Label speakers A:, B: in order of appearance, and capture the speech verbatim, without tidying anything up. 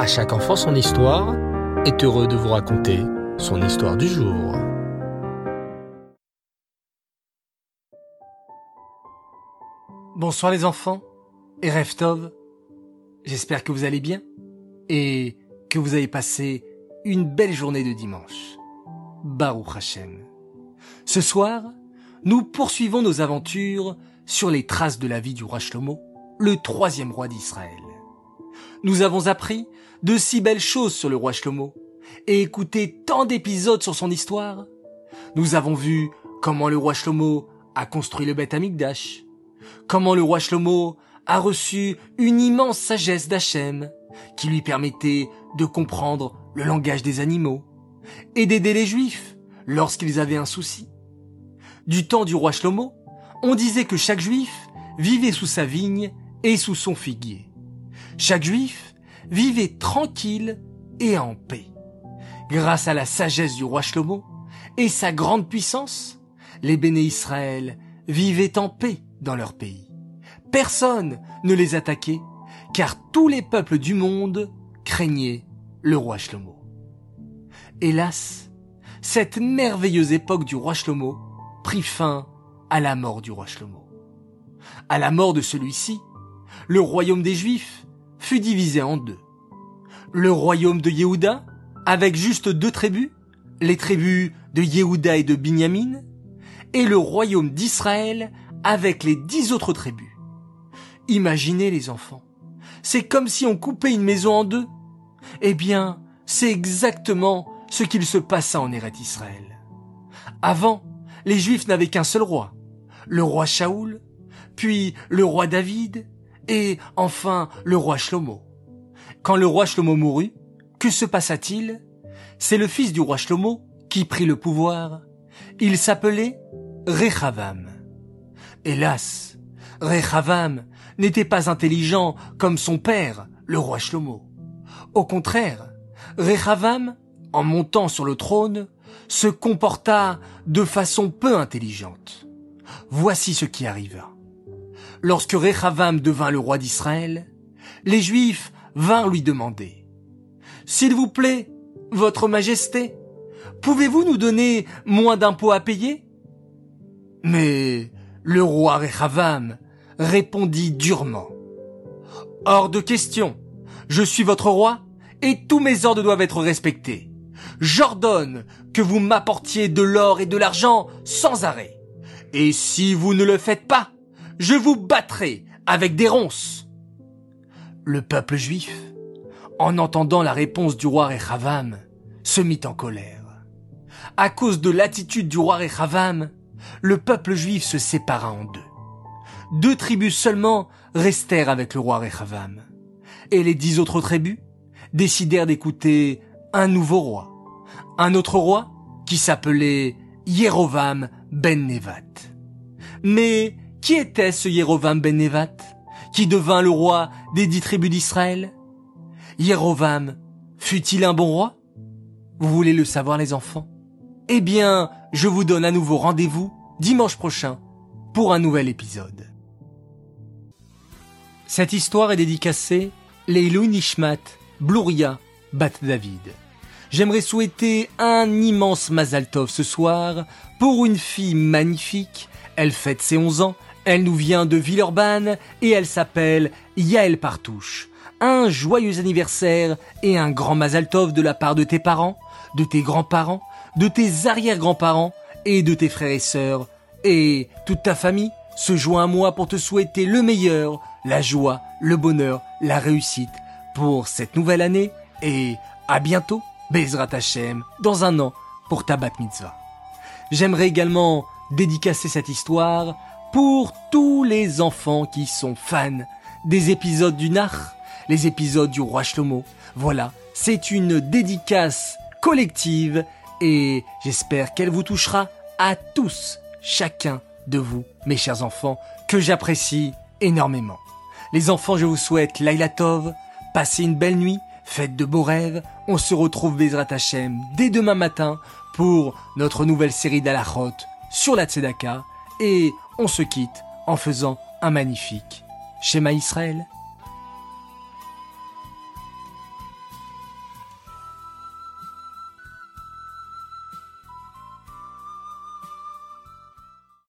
A: À chaque enfant son histoire est heureux de vous raconter son histoire du jour.
B: Bonsoir les enfants, et Erev Tov. J'espère que vous allez bien et que vous avez passé une belle journée de dimanche. Baruch Hashem. Ce soir, nous poursuivons nos aventures sur les traces de la vie du roi Shlomo, le troisième roi d'Israël. Nous avons appris de si belles choses sur le roi Shlomo et écouté tant d'épisodes sur son histoire. Nous avons vu comment le roi Shlomo a construit le Beth Amikdash, comment le roi Shlomo a reçu une immense sagesse d'Hachem qui lui permettait de comprendre le langage des animaux et d'aider les Juifs lorsqu'ils avaient un souci. Du temps du roi Shlomo, on disait que chaque Juif vivait sous sa vigne et sous son figuier. Chaque Juif vivait tranquille et en paix. Grâce à la sagesse du roi Shlomo et sa grande puissance, les béné Israël vivaient en paix dans leur pays. Personne ne les attaquait, car tous les peuples du monde craignaient le roi Shlomo. Hélas, cette merveilleuse époque du roi Shlomo prit fin à la mort du roi Shlomo. À la mort de celui-ci, le royaume des Juifs fut divisé en deux. Le royaume de Yehuda, avec juste deux tribus, les tribus de Yehuda et de Binyamin, et le royaume d'Israël avec les dix autres tribus. Imaginez les enfants, c'est comme si on coupait une maison en deux. Eh bien, c'est exactement ce qu'il se passa en Eretz Israël. Avant, les Juifs n'avaient qu'un seul roi, le roi Shaoul, puis le roi David, et enfin le roi Shlomo. Quand le roi Shlomo mourut, que se passa-t-il? C'est le fils du roi Shlomo qui prit le pouvoir. Il s'appelait Rechavam. Hélas, Rechavam n'était pas intelligent comme son père, le roi Shlomo. Au contraire, Rechavam, en montant sur le trône, se comporta de façon peu intelligente. Voici ce qui arriva. Lorsque Rechavam devint le roi d'Israël, les Juifs vinrent lui demander « S'il vous plaît, votre majesté, pouvez-vous nous donner moins d'impôts à payer ?» Mais le roi Rechavam répondit durement « Hors de question, je suis votre roi et tous mes ordres doivent être respectés. J'ordonne que vous m'apportiez de l'or et de l'argent sans arrêt. Et si vous ne le faites pas, je vous battrai avec des ronces. » Le peuple juif, en entendant la réponse du roi Rechavam, se mit en colère. À cause de l'attitude du roi Rechavam, le peuple juif se sépara en deux. Deux tribus seulement restèrent avec le roi Rechavam. Et les dix autres tribus décidèrent d'écouter un nouveau roi. Un autre roi qui s'appelait Yerovam ben Nevat. Mais qui était ce Yerovam ben Nevat, qui devint le roi des dix tribus d'Israël? Yerovam fut-il un bon roi? Vous voulez le savoir les enfants? Eh bien, je vous donne à nouveau rendez-vous dimanche prochain pour un nouvel épisode. Cette histoire est dédicacée Leilou Nishmat Bluria Bat David. J'aimerais souhaiter un immense Mazal Tov ce soir pour une fille magnifique. Elle fête ses onze ans. Elle nous vient de Villeurbanne et elle s'appelle Yael Partouche. Un joyeux anniversaire et un grand Mazal Tov de la part de tes parents, de tes grands-parents, de tes arrière-grands-parents et de tes frères et sœurs. Et toute ta famille se joint à moi pour te souhaiter le meilleur, la joie, le bonheur, la réussite pour cette nouvelle année. Et à bientôt, Bezrat Hashem, dans un an pour ta bat mitzvah. J'aimerais également dédicacer cette histoire pour tous les enfants qui sont fans des épisodes du Nach, les épisodes du roi Shlomo. Voilà, c'est une dédicace collective et j'espère qu'elle vous touchera à tous, chacun de vous, mes chers enfants, que j'apprécie énormément. Les enfants, je vous souhaite Laila Tov, passez une belle nuit, faites de beaux rêves. On se retrouve Bezrat Hashem dès demain matin pour notre nouvelle série d'Alachot sur la Tzedaka et on se quitte en faisant un magnifique Shema Israël.